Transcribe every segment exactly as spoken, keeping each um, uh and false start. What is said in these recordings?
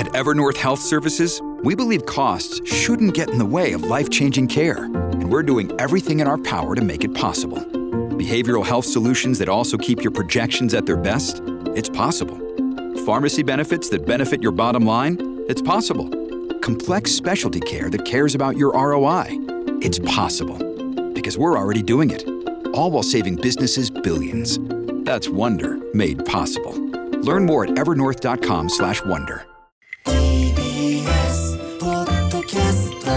At Evernorth Health Services, we believe costs shouldn't get in the way of life-changing care, and we're doing everything in our power to make it possible. Behavioral health solutions that also keep your projections at their best? It's possible. Pharmacy benefits that benefit your bottom line? It's possible. Complex specialty care that cares about your R O I? It's possible. Because we're already doing it. All while saving businesses billions. That's Wonder made possible. Learn more at evernorth.com slash wonder. ティービーエス ポッドキャスト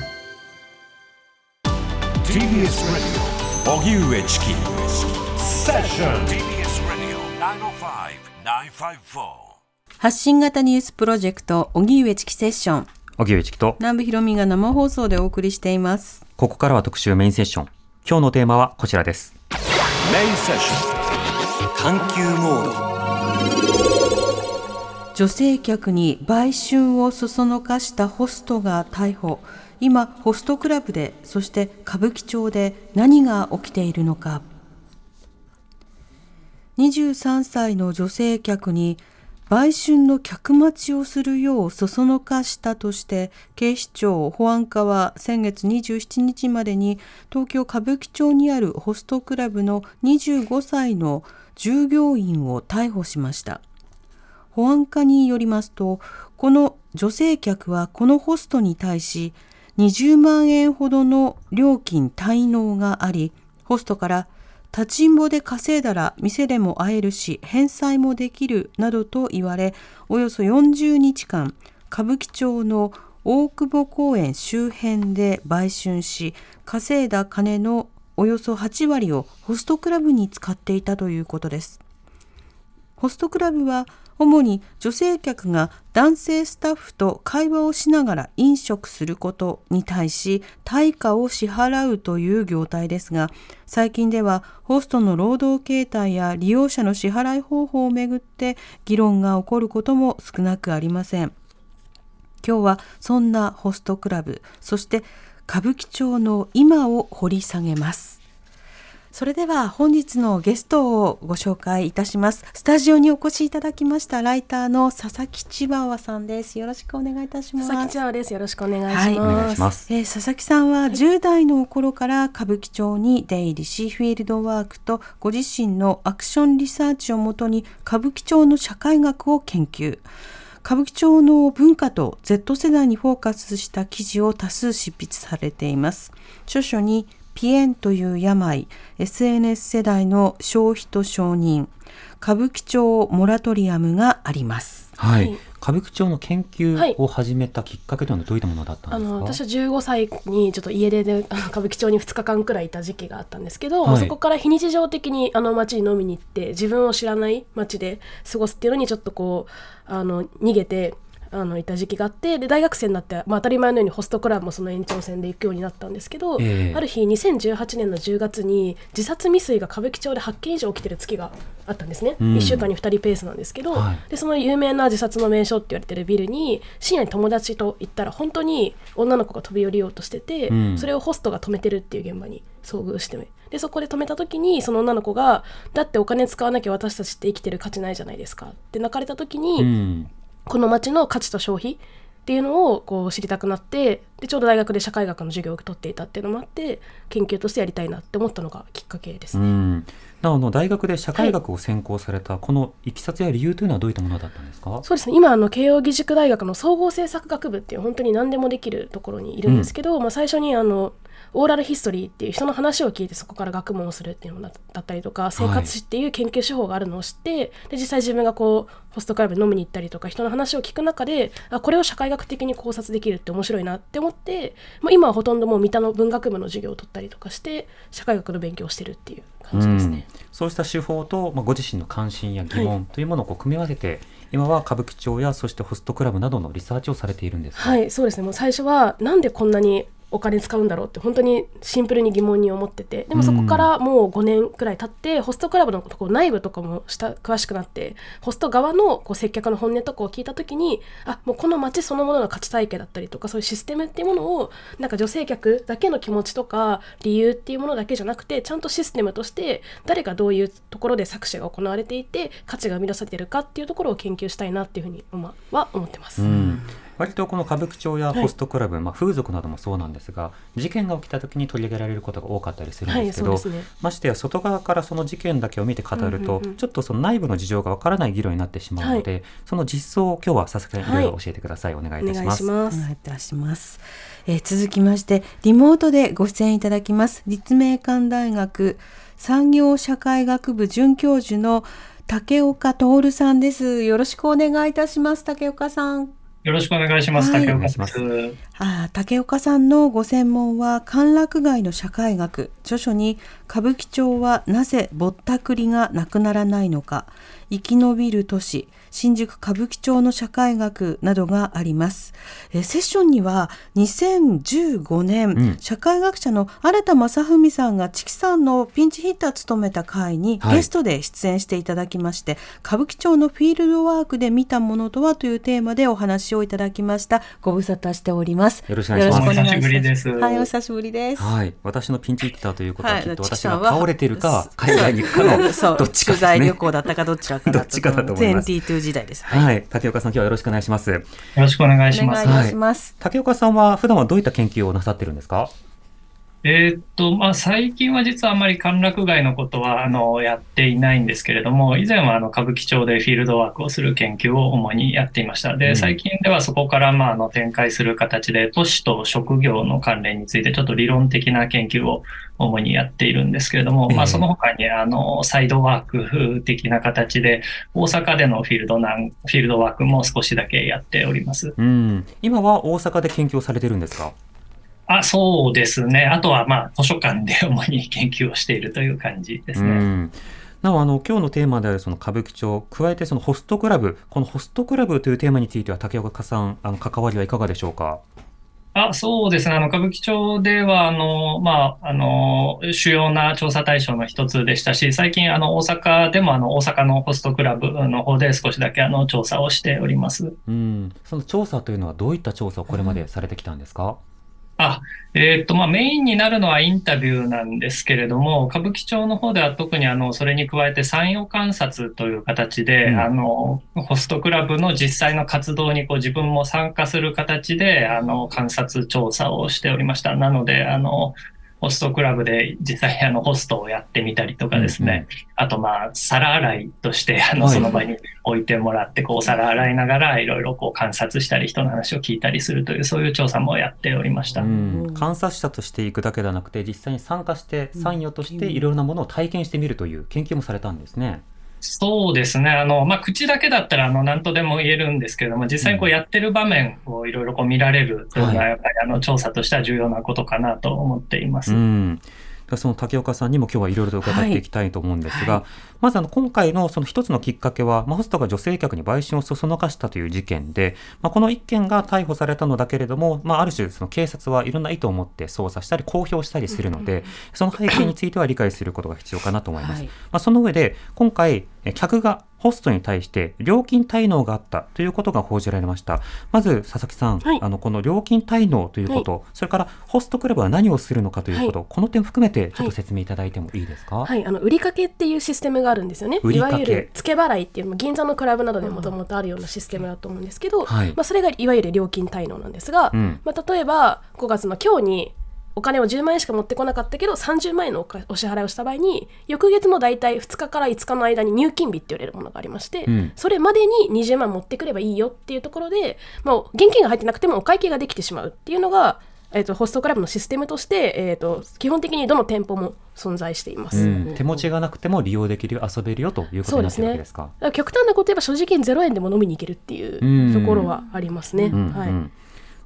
ティービーエス Radio 荻上チキセッション ティービーエス Radio きゅうまるご、きゅうごよん発信型ニュースプロジェクト荻上チキセッション、 荻上チキと南部ひろみが生放送でお送りしています。 ここからは特集メインセッション。今日のテーマはこちらです。 メインセッション探求モード。 女性客に売春をそそのかしたホストが逮捕。今ホストクラブで、そして歌舞伎町で何が起きているのか。にじゅうさんさいの女性客に売春の客待ちをするようそそのかしたとして、警視庁保安課は先月にじゅうしちにちまでに東京歌舞伎町にあるホストクラブのにじゅうごさいの従業員を逮捕しました。保安課によりますと、この女性客はこのホストに対しにじゅうまんえんほどの料金滞納があり、ホストから立ちんぼで稼いだら店でも会えるし返済もできるなどと言われ、およそよんじゅうにちかん歌舞伎町の大久保公園周辺で売春し、稼いだ金のおよそはちわりをホストクラブに使っていたということです。ホストクラブは主に女性客が男性スタッフと会話をしながら飲食することに対し対価を支払うという業態ですが、最近ではホストの労働形態や利用者の支払い方法をめぐって議論が起こることも少なくありません。今日はそんなホストクラブ、そして歌舞伎町の今を掘り下げます。それでは本日のゲストをご紹介いたします。スタジオにお越しいただきましたライターの佐々木千葉さんです。よろしくお願いいたします。 佐々木千葉です。よろしくお願いします。はい、 お願いします。 えー、佐々木さんはじゅう代の頃から歌舞伎町に出入りし、フィールドワークとご自身のアクションリサーチをもとに歌舞伎町の社会学を研究。歌舞伎町の文化と Z 世代にフォーカスした記事を多数執筆されています。著書にピエンという病、エスエヌエス 世代の消費と承認、歌舞伎町モラトリアムがあります。 はい、 はい、 歌舞伎町の研究を始めたきっかけというのはどういったものだったんですか？ あの私はじゅうごさいにちょっと家出であの歌舞伎町にふつかかんくらいいた時期があったんですけど、 はい、 そこから非日常的にあの街に飲みに行って自分を知らない街で過ごすっていうのにちょっとこうあの逃げてあのいた時期があって、で大学生になって、まあ、当たり前のようにホストクラブもその延長線で行くようになったんですけど、 えー、 ある日にせんじゅうはちねんのじゅうがつに自殺未遂が歌舞伎町ではっけん以上起きてる月があったんですね、うん、いっしゅうかんにふたりペースなんですけど、はい、でその有名な自殺の名所って言われてるビルに深夜に友達と行ったら本当に女の子が飛び降りようとしてて、うん、それをホストが止めてるっていう現場に遭遇して、でそこで止めた時にその女の子がだってお金使わなきゃ私たちって生きてる価値ないじゃないですかって泣かれた時に、うん、この街の価値と消費っていうのをこう知りたくなって、でちょうど大学で社会学の授業を取っていたっていうのもあって研究としてやりたいなって思ったのがきっかけですね。うん、 なの大学で社会学を専攻されたこのいきさつや理由というのはどういったものだったんですか？ そうですね、今あの慶應義塾大学の総合政策学部っていう本当に何でもできるところにいるんですけど、うん、まあ、最初にあのオーラルヒストリーっていう人の話を聞いてそこから学問をするっていうのだったりとか、生活史っていう研究手法があるのを知って、はい、で実際自分がこうホストクラブに飲みに行ったりとか人の話を聞く中で、あこれを社会学的に考察できるって面白いなって思って、まあ、今はほとんどもう三田の文学部の授業を取ったりとかして社会学の勉強をしてるっていう感じですね。 うん、そうした手法と、まあ、ご自身の関心や疑問というものをこう組み合わせて、はい、今は歌舞伎町やそしてホストクラブなどのリサーチをされているんですか？ はい、そうですね。もう最初はなんでこんなにお金使うんだろうって本当にシンプルに疑問に思ってて、でもそこからもうごねんくらい経ってホストクラブのとこ内部とかもした詳しくなって、ホスト側のこう接客の本音とかを聞いた時に、あもうこの街そのものの価値体系だったりとか、そういうシステムっていうものをなんか女性客だけの気持ちとか理由っていうものだけじゃなくて、ちゃんとシステムとして誰がどういうところで搾取が行われていて価値が生み出されているかっていうところを研究したいなっていうふうには思ってます。 うん割とこの歌舞伎町やホストクラブ、はいまあ、風俗などもそうなんですが、事件が起きた時に取り上げられることが多かったりするんですけど、はいそうですね、ましてや外側からその事件だけを見て語ると、うんうんうん、ちょっとその内部の事情がわからない議論になってしまうので、はい、その実相を今日は佐々木さんいろいろ教えてください、はい、お願いいたします。 お願いいたします。えー、続きましてリモートでご出演いただきます立命館大学産業社会学部准教授の竹岡徹さんです。よろしくお願いいたします。竹岡さんよろしくお願いします。はい、竹岡です。 あ竹岡さんのご専門は歓楽街の社会学、著書に歌舞伎町はなぜぼったくりがなくならないのか、生き延びる都市新宿歌舞伎町の社会学などがあります。えセッションにはにせんじゅうごねん、うん、社会学者の新田正文さんがチキさんのピンチヒッターを務めた回にゲストで出演していただきまして、はい、歌舞伎町のフィールドワークで見たものとはというテーマでお話をいただきました。ご無沙汰しております。 よろしくお願いします。 お久しぶりです。 はい、お久しぶりです。 はい、私のピンチヒッターということは、はい、きっと私が倒れているか海外に行くかのどっちかですね。取材旅行だったかどちらかだったかのにじゅうに時代です。はい、はい、竹岡さん今日はよろしくお願いします。よろしくお願いします。 お願いします。 はい、竹岡さんは普段はどういった研究をなさってるんですか？ えーっとまあ、最近は実はあまり歓楽街のことはあのやっていないんですけれども、以前はあの歌舞伎町でフィールドワークをする研究を主にやっていました。で、最近ではそこからまああの展開する形で都市と職業の関連についてちょっと理論的な研究を主にやっているんですけれども、まあ、その他にあのサイドワーク的な形で大阪でのフィールドなんフィールドワークも少しだけやっております。 うん、今は大阪で研究をされてるんですか？ あ、そうですね。あとはまあ図書館で主に研究をしているという感じですね。 うんなおあの今日のテーマであるその歌舞伎町、加えてそのホストクラブ、このホストクラブというテーマについては竹岡さん、あの関わりはいかがでしょうか？ あ、そうですね。あの歌舞伎町ではあのまああの主要な調査対象の一つでしたし、最近あの大阪でもあの大阪のホストクラブの方で少しだけあの調査をしております。 うん、その調査というのはどういった調査をこれまでされてきたんですか？ あ、えっと、まあ、メインになるのはインタビューなんですけれども、歌舞伎町の方では特にあの、それに加えて参与観察という形で、うん、あの、ホストクラブの実際の活動にこう自分も参加する形で、あの、観察調査をしておりました。なので、あの、ホストクラブで実際あのホストをやってみたりとかですね、うんうん、あとまあ皿洗いとしてあのその場に置いてもらってこう皿洗いながらいろいろこう観察したり人の話を聞いたりするというそういう調査もやっておりました。 うん、観察者としていくだけではなくて実際に参加して参与としていろいろなものを体験してみるという研究もされたんですね。 そうですね。あの、まあ、口だけだったら、あの、何とでも言えるんですけれども、実際にこうやってる場面をいろいろこう見られるというのは、やっぱりあの、調査としては重要なことかなと思っています。 うん、その竹岡さんにも今日はいろいろと伺っていきたいと思うんですが、はいはい、まずあの今回のその一つのきっかけは、まあ、ホストが女性客に売春をそそのかしたという事件で、まあ、この一件が逮捕されたのだけれども、まあ、ある種その警察はいろんな意図を持って捜査したり公表したりするので、その背景については理解することが必要かなと思います。はい、まあ、その上で今回客がホストに対して料金滞納があったということが報じられました。まず佐々木さん、はい、あのこの料金滞納ということ、はい、それからホストクラブは何をするのかということ、はい、この点を含めてちょっと説明いただいてもいいですか？ はい、あの売りかけっていうシステムがあるんですよね。いわゆる付け払いっていう銀座のクラブなどでもともとあるようなシステムだと思うんですけど、はい、まあ、それがいわゆる料金滞納なんですが、うん、まあ、例えばごがつの今日にお金をじゅうまんえんしか持ってこなかったけどさんじゅうまんえんのお支払いをした場合に翌月のだいたいふつかからいつかの間に入金日って言われるものがありまして、うん、それまでににじゅうまん持ってくればいいよっていうところで、まあ、現金が入ってなくてもお会計ができてしまうっていうのが、えーと、ホストクラブのシステムとして、えーと、基本的にどの店舗も存在しています。 うん、手持ちがなくても利用できる遊べるよということになっているわけですか？そうですね。 だから極端なこと言えば所持金ゼロえんでも飲みに行けるっていうところはありますね。 うんうんうん、 はい。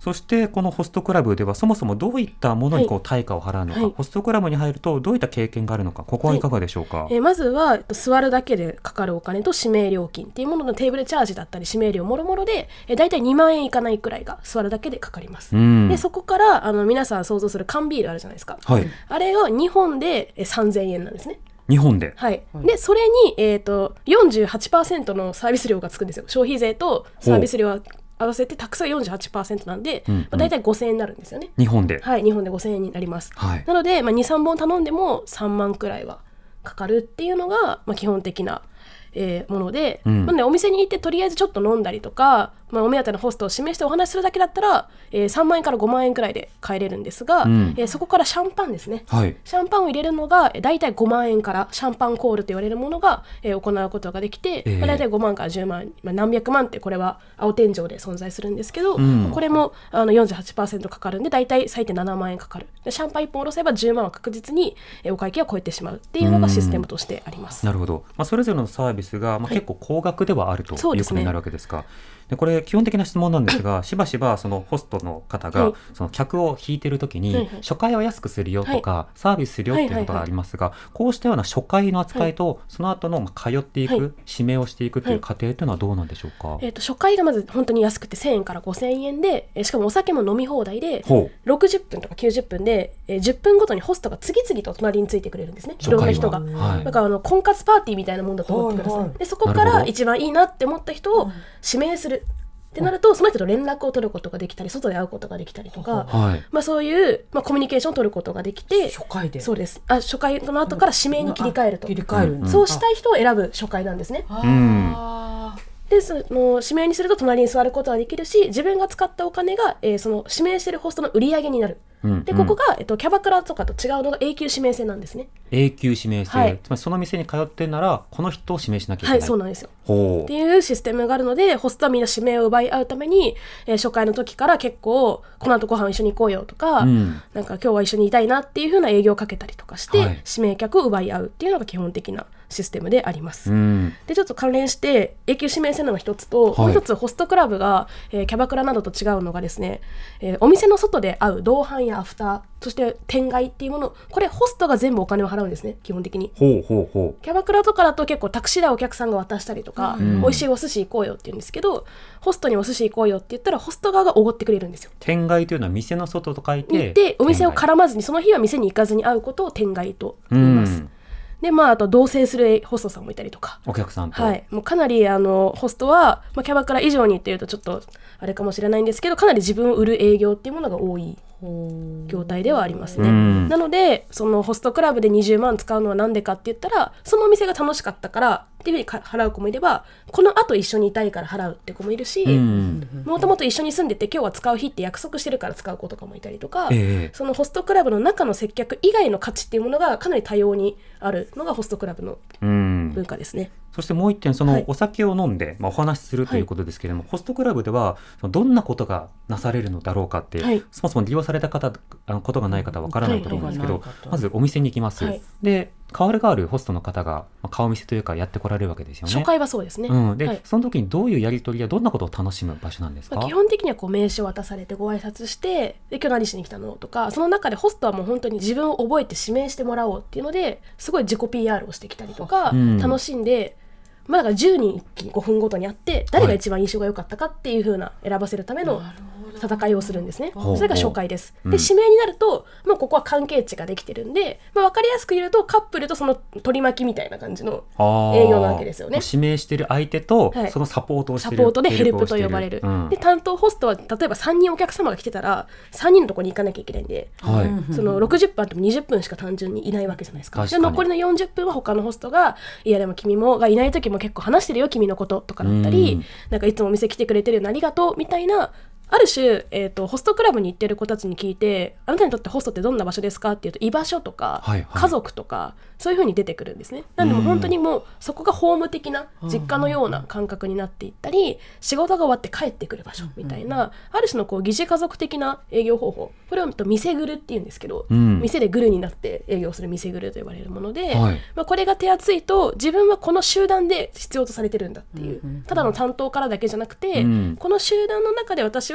そしてこのホストクラブではそもそもどういったものにこう対価を払うのか、はい、ホストクラブに入るとどういった経験があるのか、ここはいかがでしょうか。 はい、えー、まずは座るだけでかかるお金と指名料金っていうもののテーブルチャージだったり指名料もろもろで、えー、だいたいにまんえんいかないくらいが座るだけでかかります。でそこからあの皆さん想像する缶ビールあるじゃないですか、はい、あれがにほんでさんぜんえんなんですね。 日本で、 はいはい、でそれに、えーと、よんじゅうはちパーセント のサービス料がつくんですよ。消費税とサービス料は合わせてタックスが よんじゅうはちパーセント なんで、うんうん、まあ、だいたいごせんえんになるんですよね。 日本で、 はい、日本でごせんえんになります。はい、なので、まあ、にさんぼん頼んでもさんまんくらいはかかるっていうのが、まあ、基本的な、えー、もので、うん、なのでお店に行ってとりあえずちょっと飲んだりとか、まあ、お目当てのホストを示してお話しするだけだったら、えー、さんまんえんからごまんえんくらいで買えれるんですが、うん、えー、そこからシャンパンですね、はい、シャンパンを入れるのがだいたいごまんえんからシャンパンコールと言われるものが、えー、行うことができて、えーまあ、だいたいごまんからじゅうまん、まあ、何百万ってこれは青天井で存在するんですけど、うん、これもあの よんじゅうはちパーセント かかるんでだいたい最低ななまんえんかかる。でシャンパンいっぽん下ろせばじゅうまんは確実に、えー、お会計を超えてしまうっていうのがシステムとしてあります。 なるほど、まあ、それぞれのサービスが、まあ、結構高額ではあるということになるわけですか。はい、でこれ基本的な質問なんですがしばしばそのホストの方が、はい、その客を引いてるときに、はいはい、初回は安くするよとか、はい、サービスするよっていうことがありますが、はいはいはい、こうしたような初回の扱いと、はい、その後の通っていく、はい、指名をしていくという過程というのはどうなんでしょうか。 えー、と初回がまず本当に安くてせんえんからごせんえんで、えー、しかもお酒も飲み放題でろくじゅっぷんとかきゅうじゅっぷんで、えー、じゅっぷんごとにホストが次々と隣についてくれるんですね。いろんな人が、はい、だからあの婚活パーティーみたいなもんだと思ってください。はいはい、でそこから一番いいなって思った人を指名するってなると、その人と連絡を取ることができたり外で会うことができたりとか、はい、まあ、そういう、まあ、コミュニケーションを取ることができて、 初回で、 そうです、あ初回の後から指名に切り替えると、 切り替える、 うん、そうしたい人を選ぶ初回なんですね。あ、でその指名にすると隣に座ることができるし、自分が使ったお金が、えー、その指名しているホストの売り上げになる。うんうん、でここが、えっと、キャバクラとかと違うのが永久指名制なんですね。 永久指名制、はい、つまりその店に通ってるならこの人を指名しなきゃいけない。 はい、そうなんですよ。ほうっていうシステムがあるので、ホストはみんな指名を奪い合うために、えー、初回の時から結構この後ご飯一緒に行こうよとか、うん、なんか今日は一緒にいたいなっていう風な営業をかけたりとかして、はい、指名客を奪い合うっていうのが基本的なシステムであります。うん、でちょっと関連して永久指名制なのが一つと、はい、もう一つホストクラブが、えー、キャバクラなどと違うのがですね、えー、お店の外で会う同伴やアフター、そして店外っていうもの、これホストが全部お金を払うんですね、基本的に。 ほうほうほう。 キャバクラとかだと結構タクシー代お客さんが渡したりとか、うん、美味しいお寿司行こうよって言うんですけど、ホストにお寿司行こうよって言ったらホスト側がおごってくれるんですよ。 店外というのは店の外と書いて、 でお店を絡まずにその日は店に行かずに会うことを店外と言います。うん、でまあ、あと同棲するホストさんもいたりとか、 お客さんと、 はい、もうかなりあのホストは、まあ、キャバクラ以上にっていうとちょっとあれかもしれないんですけど、かなり自分を売る営業っていうものが多い業態ではありますね。なのでそのホストクラブでにじゅうまん使うのはなんでかって言ったら、そのお店が楽しかったからっていうふうに払う子もいれば、この後一緒にいたいから払うって子もいるし、もともと一緒に住んでて今日は使う日って約束してるから使う子とかもいたりとか、えー、そのホストクラブの中の接客以外の価値っていうものがかなり多様にあるのがホストクラブの文化ですね。 そしてもう一点、そのお酒を飲んで、はい、まあ、お話しするということですけれども、はい、ホストクラブではどんなことがなされるのだろうかって、はい、そもそも利用された方あのことがない方はわからないと思うんですけど、はい、まずお店に行きます、はい、で代わる代わるホストの方が顔見せというかやってこられるわけですよね。 初回はそうですね、 うん、で、はい、その時にどういうやり取りやどんなことを楽しむ場所なんですか。 まあ、基本的にはこう名刺を渡されてご挨拶して、で今日何しに来たのとか、その中でホストはもう本当に自分を覚えて指名してもらおうっていうのですごい自己 ピーアール をしてきたりとか、うん、楽しんで、まあ、だからじゅうにん一気にごふんごとに会って誰が一番印象が良かったかっていう風な選ばせるための戦いをするんですね。それが初回です。で指名になると、まあ、ここは関係値ができてるんで、まあ、分かりやすく言うとカップルとその取り巻きみたいな感じの営業なわけですよね。 指名してる相手とそのサポートをしてる、 サポートでヘルプと呼ばれる、うん、で担当ホストは例えばさんにんお客様が来てたらさんにんのところに行かなきゃいけないんで、はい、そのろくじゅっぷんあってもにじゅっぷんしか単純にいないわけじゃないですか。で残りのよんじゅっぷんは他のホストが、いやでも君もがいない時も結構話してるよ君のこととかだったり、うん、なんかいつもお店来てくれてるよありがとうみたいな、ある種、えーと、ホストクラブに行ってる子たちに聞いて、あなたにとってホストってどんな場所ですかっていうと、居場所とか、はいはい、家族とかそういう風に出てくるんですね。なんでも本当にもうそこがホーム的な実家のような感覚になっていったり、仕事が終わって帰ってくる場所みたいな、ある種のこう疑似家族的な営業方法、これを店ぐるっていうんですけど、うん、店でグルになって営業する店ぐると呼ばれるもので、はい、まあ、これが手厚いと自分はこの集団で必要とされてるんだっていう、ただの担当からだけじゃなくて、うん、この集団の中で私は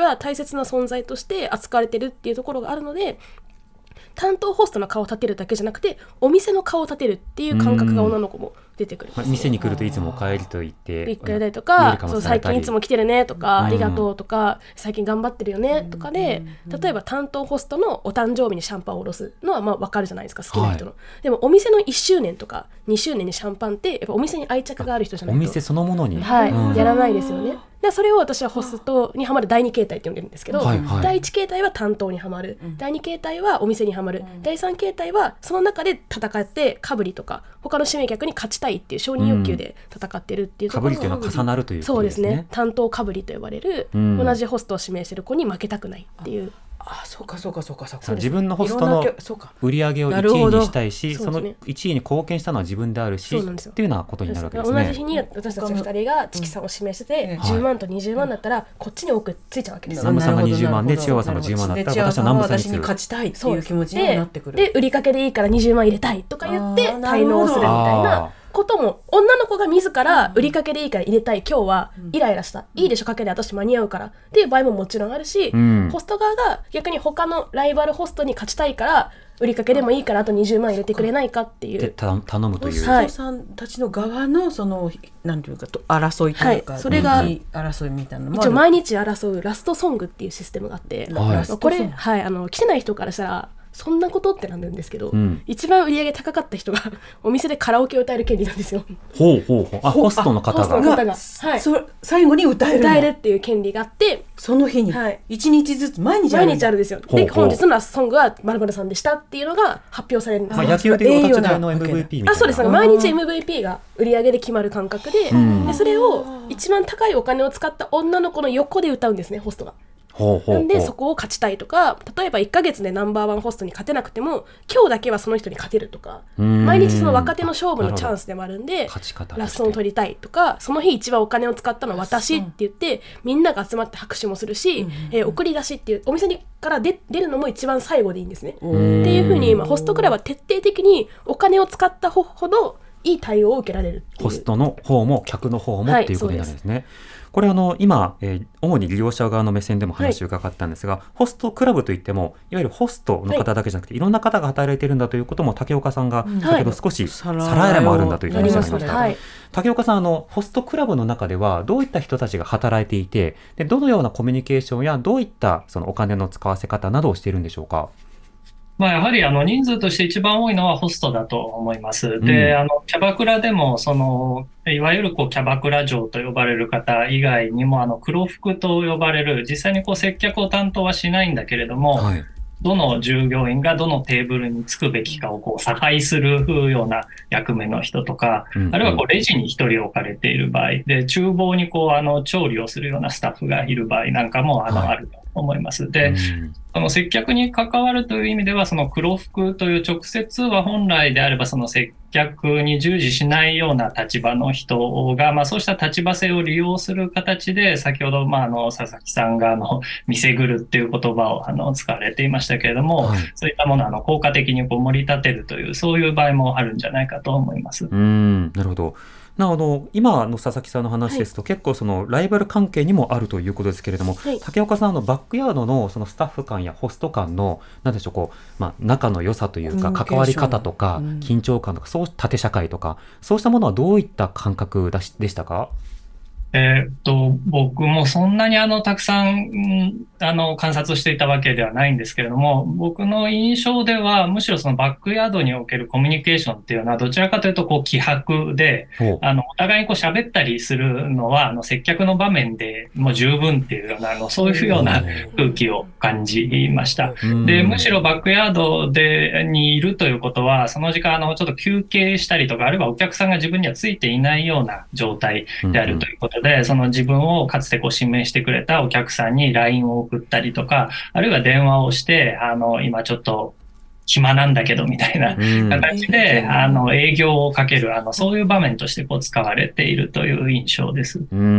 が大切な存在として扱われてるっていうところがあるので、担当ホストの顔を立てるだけじゃなくてお店の顔を立てるっていう感覚が女の子も出てくるんです、ね、 店に来るといつもお帰りと言って言ったりとか、そう最近いつも来てるねとか、ありがとうとか、最近頑張ってるよねとかで、例えば担当ホストのお誕生日にシャンパンを下ろすのはまあ分かるじゃないですか、好きな人の、はい、でもお店のいっしゅうねんとかにしゅうねんにシャンパンってやっぱお店に愛着がある人じゃないとお店そのものに、 はいうん、 やらないですよね。でそれを私はホストにはまるだいに形態って呼んでるんですけど、はいはい、だいいち形態は担当にはまる、うん、だいに形態はお店にはまる、うん、だいさん形態はその中で戦ってかぶりとか他の指名客に勝ちたいっていう承認欲求で戦ってるっていうところ、 かぶりというのは重なるということですね。 そうですね、担当かぶりと呼ばれる、うん、同じホストを指名してる子に負けたくないっていう。 ああそうかそうかそうかそうか、 自分のホストの売り上げをいちいにしたいし、 そ, そのいちいに貢献したのは自分であるしっていうようなことになるわけですね。 同じ日に私たちふたりがチキさんを指名してて、うん、じゅうまんとにじゅうまんだったら、はい、こっちに多くついちゃうわけですよ。 南部さんがにじゅうまんで千代さんがじゅうまんだったら私は南部さんに私に勝ちたいっていう気持ちになってくる。 で売りかけでいいからにじゅうまん入れたいとか言って滞納するみたいなことも、女の子が自ら売りかけでいいから入れたい、今日はイライラした、うん、いいでしょかけで私間に合うからっていう場合ももちろんあるし、うん、ホスト側が逆に他のライバルホストに勝ちたいから売りかけでもいいからあとにじゅうまん入れてくれないかっていう頼むという、 ホストさんたちの側のそのなんていうかと争いというか、 はい、それが争いみたいなのも一応毎日争うラストソングっていうシステムがあって、はい、これ、はい、あの来てない人からしたらそんなことってなんでるんですけど、うん、一番売り上げ高かった人がお店でカラオケを歌える権利なんですよ。 ほうほうほう、あ、ホストの方が、 ホストの方が、はい、 そ最後に歌える歌えるっていう権利があって、 その日にいちにちずつ毎日ある毎日あるんですよ。で本日のラストソングは〇〇さんでしたっていうのが発表されるんですよ。 まあ、野球でいうお立ち台の エムブイピー みたいな。 あ、そうです。毎日 エムブイピー が売り上げで決まる感覚で、でそれを一番高いお金を使った女の子の横で歌うんですね、ホストが。 ほうほうほう、 なんでそこを勝ちたいとか、例えばいっかげつでナンバーワンホストに勝てなくても今日だけはその人に勝てるとか、毎日その若手の勝負のチャンスでもあるんでラストを取りたいとか、その日一番お金を使ったのは私って言ってみんなが集まって拍手もするし、うん、えー、送り出しっていうお店から出るのも一番最後でいいんですねっていう風に、まあ、ホストクラブは徹底的にお金を使ったほどいい対応を受けられるっていう、 ホストの方も客の方もっていうことになるんですね。はい、これあの今、えー、主に利用者側の目線でも話を伺ったんですが、はい、ホストクラブといってもいわゆるホストの方だけじゃなくて、はい、いろんな方が働いているんだということも竹岡さんが先ほど少しさらいらもあるんだというふうにおっしゃいました。はい、竹岡さん、あのホストクラブの中ではどういった人たちが働いていて、でどのようなコミュニケーションやどういったそのお金の使わせ方などをしているんでしょうか。 まあ、やはりあの人数として一番多いのはホストだと思います。で、うん、あのキャバクラでもそのいわゆるこうキャバクラ嬢と呼ばれる方以外にもあの黒服と呼ばれる実際にこう接客を担当はしないんだけれども、はい、どの従業員がどのテーブルにつくべきかをこう差配するような役目の人とか、うんうん、あるいはこうレジに一人置かれている場合で厨房にこうあの調理をするようなスタッフがいる場合なんかもあの、はい、あると思います。で、うん、その接客に関わるという意味ではその黒服という直接は本来であればその接客に従事しないような立場の人が、まあ、そうした立場性を利用する形で先ほど、まあ、あの佐々木さんがあの見せぐるっていう言葉をあの使われていましたけれども、はい、そういったものをあの効果的にこう盛り立てるというそういう場合もあるんじゃないかと思います。 うーん、なるほど。なあの今の佐々木さんの話ですと、はい、結構そのライバル関係にもあるということですけれども、はい、竹岡さんのバックヤードのそのスタッフ間やホスト間のなんでしょう、こう、まあ、仲の良さというか関わり方とか、うん、緊張感とかそう縦社会とかそうしたものはどういった感覚でしたか？ えー、っと僕もそんなにあのたくさん、うん、あの観察していたわけではないんですけれども、僕の印象ではむしろそのバックヤードにおけるコミュニケーションっていうのはどちらかというとこう希薄で、あのお互いにこう喋ったりするのはあの接客の場面でもう十分っていうようなあのそういうような空気を感じました。でむしろバックヤードでにいるということはその時間あのちょっと休憩したりとか、あるいはお客さんが自分にはついていないような状態であるということで、でその自分をかつてこう指名してくれたお客さんに ライン を送ったりとか、あるいは電話をして、あの、今ちょっと暇なんだけどみたいな形で、うん、あの営業をかけるあのそういう場面としてこう使われているという印象です。 うん、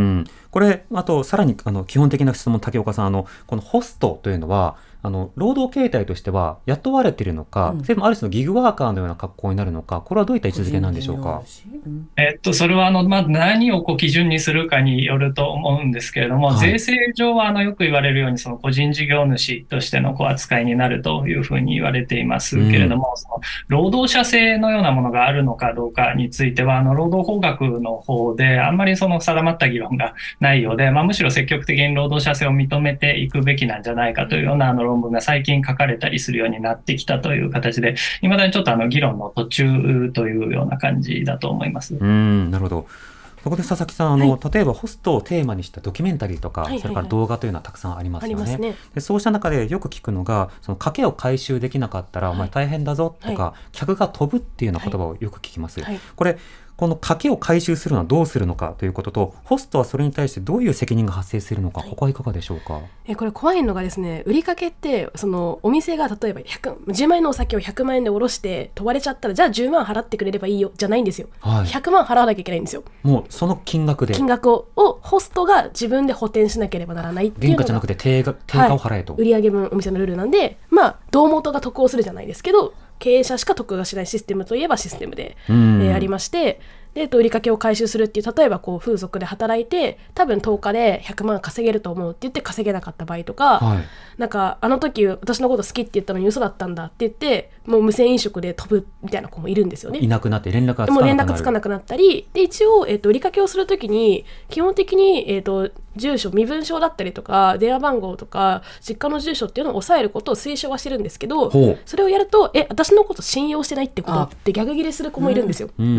これあとさらにあの基本的な質問、竹岡さん、あのこのホストというのはあの労働形態としては雇われているのか、うん、それともある種のギグワーカーのような格好になるのか、これはどういった位置づけなんでしょうか。 えっと、それはあの、まあ、何をこう基準にするかによると思うんですけれども、はい、税制上はあのよく言われるようにその個人事業主としてのこう扱いになるというふうに言われていますけれども、うん、その労働者制のようなものがあるのかどうかについてはあの労働法学の方であんまりその定まった議論がないようで、まあ、むしろ積極的に労働者制を認めていくべきなんじゃないかというようなあの論文が最近書かれたりするようになってきたという形で、未だにちょっとあの議論の途中というような感じだと思います。 うーん、なるほど。そこで佐々木さん、あの、はい、例えばホストをテーマにしたドキュメンタリーとか、はいはいはい、それから動画というのはたくさんありますよね。ねでそうした中でよく聞くのが、その賭けを回収できなかったら、はい、お前大変だぞとか、はい、客が飛ぶっていうような言葉をよく聞きます、はいはい、これこの賭けを回収するのはどうするのかということと、ホストはそれに対してどういう責任が発生するのか、はい、ここはいかがでしょうか。 えこれ怖いのがですね、売りかけってそのお店が例えばひゃくじゅうまんえんのお酒をひゃくまんえんでおろして飛ばれちゃったら、じゃあじゅうまん払ってくれればいいよじゃないんですよ、はい、ひゃくまん払わなきゃいけないんですよ。 もうその金額で金額ををホストが自分で補填しなければならないっていうのが、 原価じゃなくて定価、定価を払えと、 はい、売上分お店のルールなんで、まあ胴元が得をするじゃないですけど、経営者しか得がしないシステムといえばシステムで、えー、ありまして、で売りかけを回収するっていう、例えばこう風俗で働いて多分とおかでひゃくまん稼げると思うって言って稼げなかった場合とか、はい、なんかあの時私のこと好きって言ったのに嘘だったんだって言ってもう無銭飲食で飛ぶみたいな子もいるんですよね。 いなくなって連絡がつかなくなる。 もう連絡つかなくなったりで、一応、えー、と売りかけをするときに基本的に、えー、と住所、身分証だったりとか電話番号とか実家の住所っていうのを抑えることを推奨はしてるんですけど、それをやるとえ私のこと信用してないってことって逆ギレする子もいるんですよ、うん、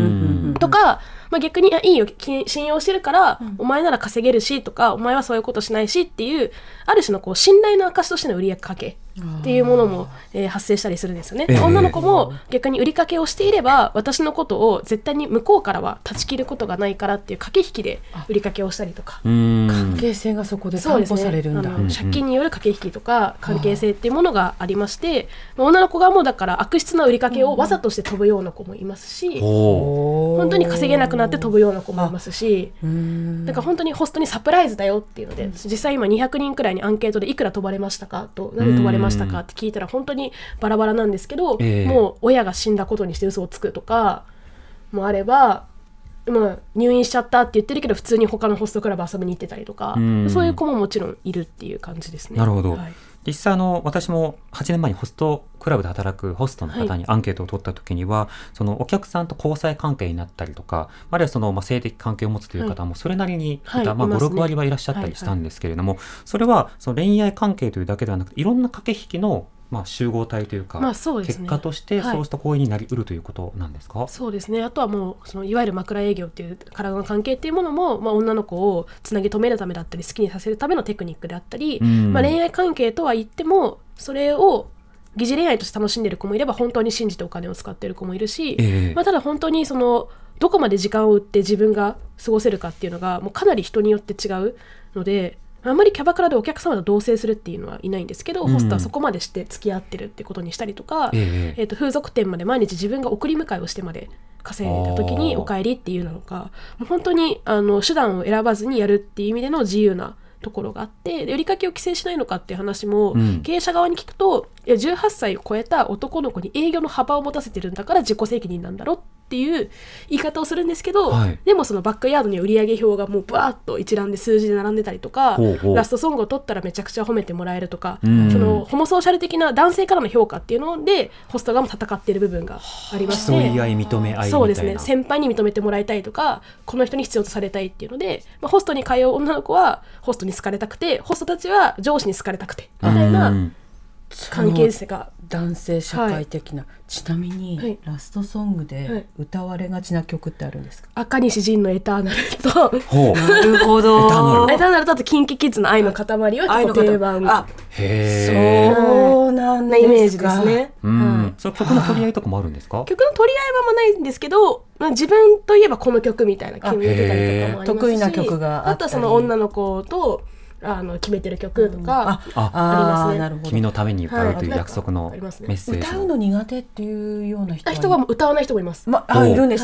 とか、まあ、逆にいいよ信用してるから、うん、お前なら稼げるしとかお前はそういうことしないしっていうある種のこう信頼の証としての売りかけっていうものも、えー、発生したりするんですよね、えー、女の子も逆に売りかけをしていれば私のことを絶対に向こうからは断ち切ることがないからっていう駆け引きで売りかけをしたりとか、 関係性がそこで担保されるんだ、 ね、借金による駆け引きとか関係性っていうものがありまして、女の子がもうだから悪質な売りかけをわざとして飛ぶような子もいますし、本当に稼げなくなって飛ぶような子もいますし、だから本当にホストにサプライズだよっていうので、実際今にひゃくにんくらいにアンケートでいくら飛ばれましたかと、何飛ばれましたかって聞いたら本当にバラバラなんですけど、えー、もう親が死んだことにして嘘をつくとかもあれば、まあ、入院しちゃったって言ってるけど普通に他のホストクラブ遊びに行ってたりとか、そういう子ももちろんいるっていう感じですね。 なるほど、 はい、 実際あの私もはちねんまえにホストクラブで働くホストの方にアンケートを取った時には、はい、そのお客さんと交際関係になったりとか、あるいはそのまあ性的関係を持つという方もそれなりにいた、はい、まあ、ご、ろくわりはいらっしゃったりしたんですけれども、はいはい、それはその恋愛関係というだけではなくていろんな駆け引きのまあ、集合体というか、 まあそうですね、 結果としてそうした行為になりうるということなんですか。 はい、そうですね。あとはもうそのいわゆる枕営業っていう体の関係っていうものも、まあ、女の子をつなぎ止めるためだったり好きにさせるためのテクニックであったり、まあ、恋愛関係とは言ってもそれを疑似恋愛として楽しんでいる子もいれば本当に信じてお金を使っている子もいるし、えーまあ、ただ本当にそのどこまで時間を売って自分が過ごせるかっていうのがもうかなり人によって違うので、あんまりキャバクラでお客様と同棲するっていうのはいないんですけど、うん、ホストはそこまでして付き合ってるってことにしたりとか、えーえー、と風俗店まで毎日自分が送り迎えをしてまで稼いだ時にお帰りっていうのがもう本当にあの手段を選ばずにやるっていう意味での自由なところがあって、で売りかけを規制しないのかっていう話も、うん、経営者側に聞くと、いやじゅうはっさいを超えた男の子に営業の幅を持たせてるんだから自己責任なんだろっていう言い方をするんですけど、はい、でもそのバックヤードには売上表がもうバーッと一覧で数字で並んでたりとか、ほうほうラストソングを取ったらめちゃくちゃ褒めてもらえるとか、そのホモソーシャル的な男性からの評価っていうのでホスト側も戦っている部分がありまして、 競い合い認め合いみたいな、 そうですね、先輩に認めてもらいたいとかこの人に必要とされたいっていうので、まあ、ホストに通う女の子はホストに好かれたくて、ホストたちは上司に好かれたくてみたいな関係性が男性社会的な、はい、ちなみに、はい、ラストソングで歌われがちな曲ってあるんですか。 赤西仁のエターナルとなるほどエターナルエターナルとあとキンキキッズの愛の塊は結構定番、 あへそうなんですか、 イメージですね。 うん、はい、その曲の取り合いとかもあるんですか。 曲の取り合いはもないんですけど、まあ、自分といえばこの曲みたいな決めてたりとかもありますし、 得意な曲があったり、 あとはその女の子とあの決めてる曲とかありますね。 なるほど。 君のために歌うという約束のメッセージ、 歌うの苦手っていうような人は人は歌わない人もいます、 ま、あいるんですか、はい、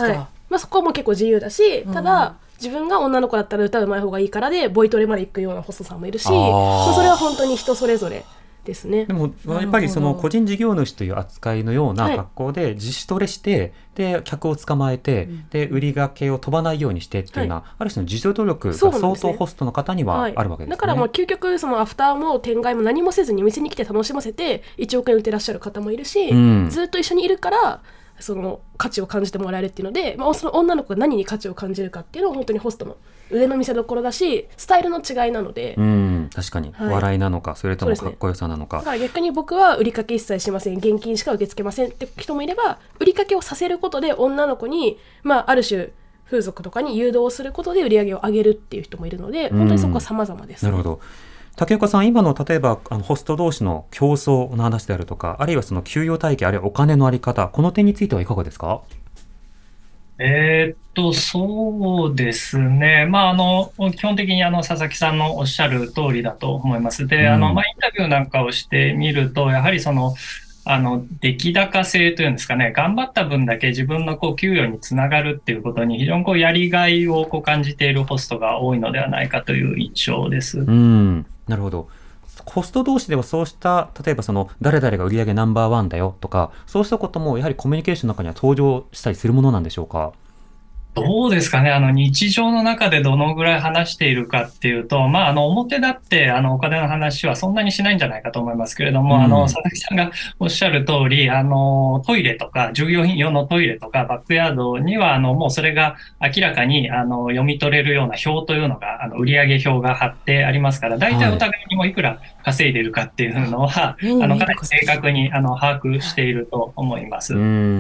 まあ、そこも結構自由だし、ただ、うん自分が女の子だったら歌うまい方がいいからでボイトレまで行くようなホストさんもいるし、まあ、それは本当に人それぞれですね。 でもやっぱりその個人事業主という扱いのような格好で自主トレして、はい、で客を捕まえて、うん、で売り掛けを飛ばないようにしてっていうのは、はい、ある種の自助努力が相当ホストの方にはあるわけですね。 だからもう究極そのアフターも展開も何もせずにお店に来て楽しませていちおくえん売ってらっしゃる方もいるし、うん、ずっと一緒にいるからその価値を感じてもらえるっていうので、まあ、その女の子が何に価値を感じるかっていうのは本当にホストの腕の見せ所だしスタイルの違いなので、 うん、確かに、はい、笑いなのかそれともかっこよさなのか、 だから逆に僕は売りかけ一切しません現金しか受け付けませんって人もいれば売りかけをさせることで女の子に、まあ、ある種風俗とかに誘導することで売り上げを上げるっていう人もいるので本当にそこは様々です、 ね、なるほど。竹岡さん今の例えばあのホスト同士の競争の話であるとかあるいはその給与体系あるいはお金のあり方この点についてはいかがですか？ えーっと、そうですね。まあ、あの、基本的にあの、佐々木さんのおっしゃる通りだと思います。で、うん、あの、まあ、インタビューなんかをしてみると、やはりその、あの、出来高性というんですかね、頑張った分だけ自分のこう、給与につながるっていうことに非常にこう、やりがいをこう感じているホストが多いのではないかという印象です。 うん、なるほど。ホスト同士ではそうした例えばその誰々が売り上げナンバーワンだよとかそうしたこともやはりコミュニケーションの中には登場したりするものなんでしょうか？ どうですかね。あの、日常の中でどのぐらい話しているかっていうと、まあ、あの、表立って、あの、お金の話はそんなにしないんじゃないかと思いますけれども、うん、あの、佐々木さんがおっしゃる通り、あの、トイレとか、従業員用のトイレとか、バックヤードには、あの、もうそれが明らかに、あの、読み取れるような表というのが、あの、売上表が貼ってありますから、大体お互いにもいくら稼いでいるかっていうのは、はい、あの、かなり正確に、あの、把握していると思います。 うん、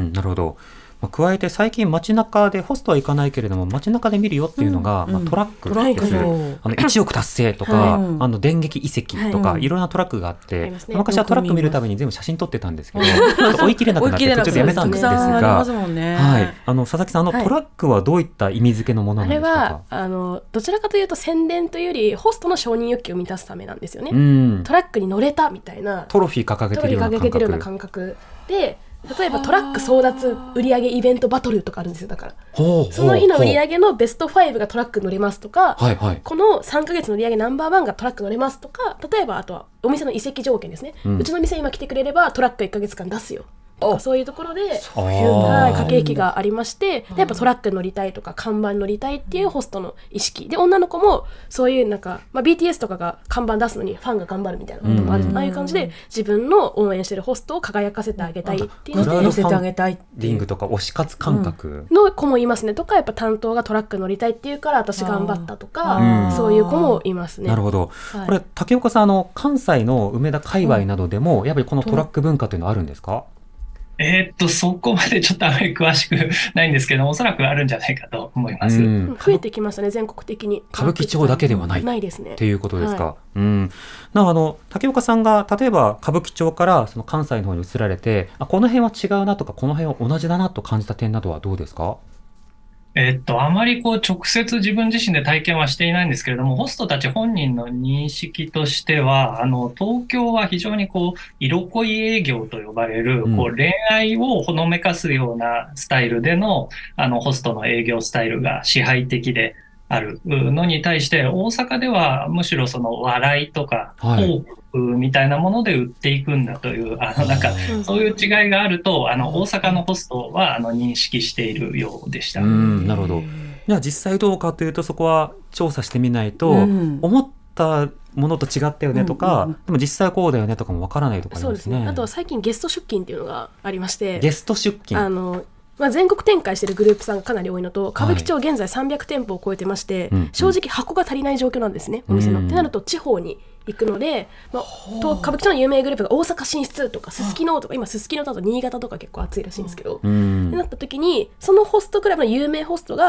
なるほど。加えて最近街中でホストは行かないけれども街中で見るよっていうのが、うんまあ、トラックです、うん、あのいちおく達成とか、はい、あの電撃移籍とか、はい、いろんなトラックがあって、ね、昔はトラック見るために全部写真撮ってたんですけど追い切れなくなって途中でやめたんですが、はい、あの佐々木さんあの、はい、トラックはどういった意味付けのものなんですか？ あれはあのどちらかというと宣伝というよりホストの承認欲求を満たすためなんですよね、うん、トラックに乗れたみたいなトロフィー掲げてるような感覚、 トロフィー掲げてるような感覚で例えばトラック争奪売上イベントバトルとかあるんですよ。だからその日の売上のベストごがトラック乗れますとか、はいはい、このさんかげつの売上ナンバーワンがトラック乗れますとか、例えばあとはお店の移籍条件ですね、うん、うちの店今来てくれればトラックいっかげつかん出すよとかそういうところでそういう、はい、駆け引きがありまして、でやっぱトラック乗りたいとか看板乗りたいっていうホストの意識で女の子もそういうなんか、まあ、ビーティーエス とかが看板出すのにファンが頑張るみたいなこともある、うん、ああいう感じで自分の応援してるホストを輝かせてあげたいっていうのでクラウドファンディングとか推し活感覚の子もいますね。とかやっぱ担当がトラック乗りたいっていうから私頑張ったとかそういう子もいますね。 なるほど、はい、これ竹岡さんあの関西の梅田界隈などでも、うん、やっぱりこのトラック文化というのはあるんですか？ えー、っと、そこまでちょっとあまり詳しくないんですけど、おそらくあるんじゃないかと思います。うん、 増えてきましたね、全国的に。 歌舞伎町だけではない。 ないですね。 っていうことですか。はい、うん。なあの、竹岡さんが、例えば歌舞伎町からその関西の方に移られて、あ、この辺は違うなとか、この辺は同じだなと感じた点などはどうですか？ えっと、あまりこう直接自分自身で体験はしていないんですけれども、ホストたち本人の認識としては、あの、東京は非常にこう、色恋営業と呼ばれる、こう、恋愛をほのめかすようなスタイルでの、あの、ホストの営業スタイルが支配的であるのに対して、大阪ではむしろその笑いとか、トークみたいなもので売っていくんだという、あの、なんか、そういう違いがあると、あの、大阪のホストは、あの、認識しているようでした。 うん、なるほど。じゃあ実際どうかというと、そこは調査してみないと、うん、思ったものと違ったよねとか、うんうん、でも実際こうだよねとかもわからないとかありますね。そうですね。 あとは最近ゲスト出勤っていうのがありまして、 ゲスト出勤。 あのまあ、全国展開しているグループさんがかなり多いのと、歌舞伎町現在さんびゃくてんぽを超えてまして、はい、正直箱が足りない状況なんですね、お店の。ってなると地方に行くので、まあ、と歌舞伎町の有名グループが大阪進出とかすすきのとか、今すすきのだと新潟とか結構熱いらしいんですけど、ってなった時にそのホストクラブの有名ホストが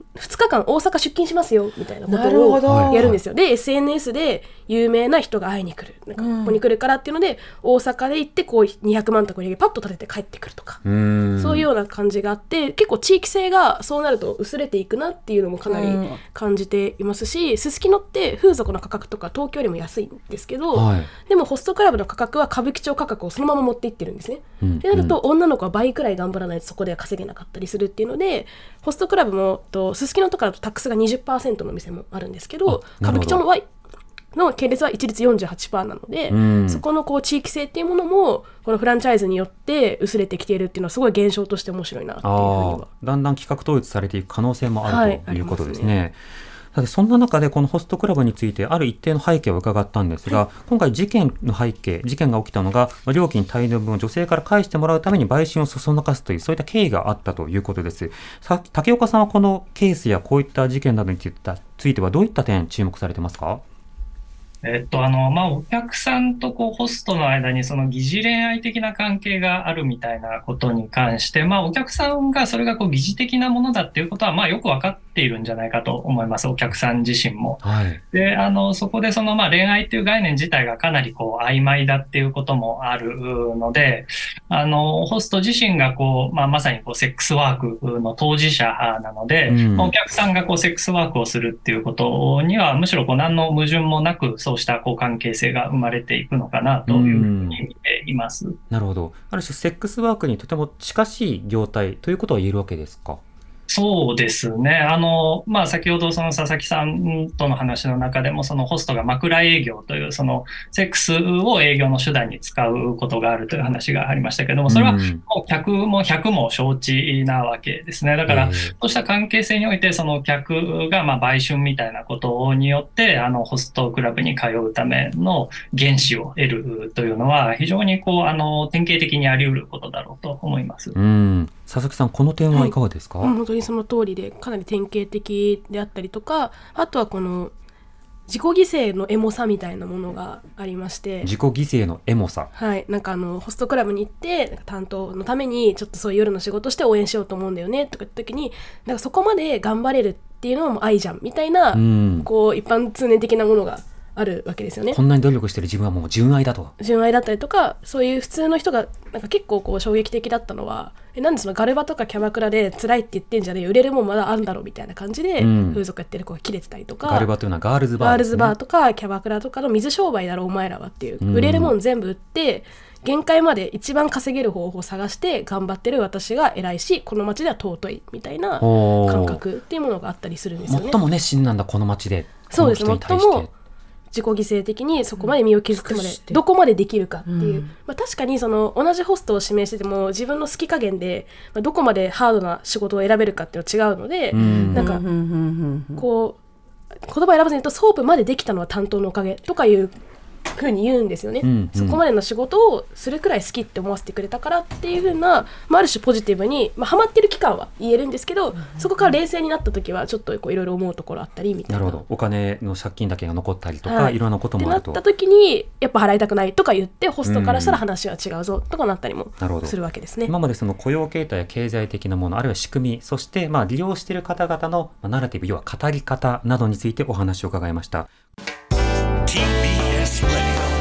ふつかかん大阪出勤しますよみたいなこなるとほどをやるんですよ。で エスエヌエス で有名な人が会いに来る、なんかここに来るからっていうので、大阪で行ってこうにひゃくまんとか売り上げパッと立てて帰ってくるとか、 うーんそういうような感じがあって、結構地域性がそうなると薄れていくなっていうのもかなり感じていますし、すすきのって風俗の価格とか東京よりも安いんですけど、 はいでもホストクラブの価格は歌舞伎町価格をそのまま持っていってるんですね。 うんでなると女の子は倍くらい頑張らないとそこでは稼げなかったりするっていうので、ホストクラブもとすすきのとかだとタックスが にじゅっパーセント の店もあるんですけど、 あなるほど歌舞伎町のはの系列は一律 よんじゅうはちパーセント なので、 うんそこのこう地域性っていうものもこのフランチャイズによって薄れてきているっていうのはすごい現象として面白いなっていうふうにあは。 ーだんだん企画統一されていく可能性もあはいるということですありね。さてそんな中でこのホストクラブについてある一定の背景を伺ったんですが、今回事件の背景事件が起きたのが料金滞納分を女性から返してもらうために売春をそそのかすというそういった経緯があったということです。さ竹岡さんはこのケースやこういった事件などについてついてはどういった点注目されてますか？ えっと、あの、まあ、お客さんとこう、ホストの間にその疑似恋愛的な関係があるみたいなことに関して、まあ、お客さんがそれがこう、疑似的なものだっていうことは、まあ、よくわかっているんじゃないかと思います。お客さん自身も。 はいで、あの、そこでその、まあ、恋愛っていう概念自体がかなりこう、曖昧だっていうこともあるので、あの、ホスト自身がこう、まあ、まさにこう、セックスワークの当事者なので、 うんまあお客さんがこう、セックスワークをするっていうことには、むしろこう、何の矛盾もなく、そうしたこう、関係性が生まれていくのかなというふうに見ています。 なるほど。ある種セックスワークにとても近しい業態ということは言えるわけですか？ そうですね。あの、まあ、先ほどその佐々木さんとの話の中でも、そのホストが枕営業という、そのセックスを営業の手段に使うことがあるという話がありましたけども、それはもう客も百も承知なわけですね。だから、そうした関係性において、その客がまあ売春みたいなことによって、あの、ホストクラブに通うための原資を得るというのは、非常にこう、あの、典型的にあり得ることだろうと思います。 うん。佐々木さん、この点はいかがですか？ はい、本当にその通りで、かなり典型的であったりとか、あとはこの自己犠牲のエモさみたいなものがありまして、 自己犠牲のエモさ、 はい、なんかあのホストクラブに行ってなんか担当のためにちょっとそういう夜の仕事して応援しようと思うんだよねとか言った時に、なんかそこまで頑張れるっていうのも愛じゃんみたいな、 うん、 こう一般通念的なものがあるわけですよね。 こんなに努力してる自分はもう純愛だと。 純愛だったりとか、そういう普通の人がなんか結構こう衝撃的だったのは、えなんでそのガルバとかキャバクラで辛いって言ってんじゃねえよ、売れるもんまだあるんだろうみたいな感じで、 うん、 風俗やってる子が切れてたりとか、 ガルバというのはガールズバーガールですね。 ズバーとかキャバクラとかの水商売だろお前らはっていう、 うん、 売れるもん全部売って限界まで一番稼げる方法を探して頑張ってる私が偉いし、この街では尊いみたいな感覚っていうものがあったりするんですよね。 最も熱心なんだこの街で。 そうですね。 この人に対して最も自己犠牲的にそこまで身を削ってまでどこまでできるかっていう、 うんまあ、確かにその同じホストを指名してても自分の好き加減で、まあ、どこまでハードな仕事を選べるかっていうのは違うので、 うん、 なんかこう言葉を選ばずに言うとソープまでできたのは担当のおかげとかいうふうに言うんですよね、 うんうん、 そこまでの仕事をするくらい好きって思わせてくれたからっていうふうな、まあ、ある種ポジティブに、まあ、ハマってる期間は言えるんですけど、そこから冷静になった時はちょっといろいろ思うところあったりみたいな。 なるほど。お金の借金だけが残ったりとか、 はい、 いろんなこともあると。 ってなった時にやっぱ払いたくないとか言ってホストからしたら話は違うぞとかなったりもするわけですね。 今までその雇用形態や経済的なもの、あるいは仕組み、そしてまあ利用している方々のナラティブ、要は語り方などについてお話を伺いました。 ティービーエス ラジオ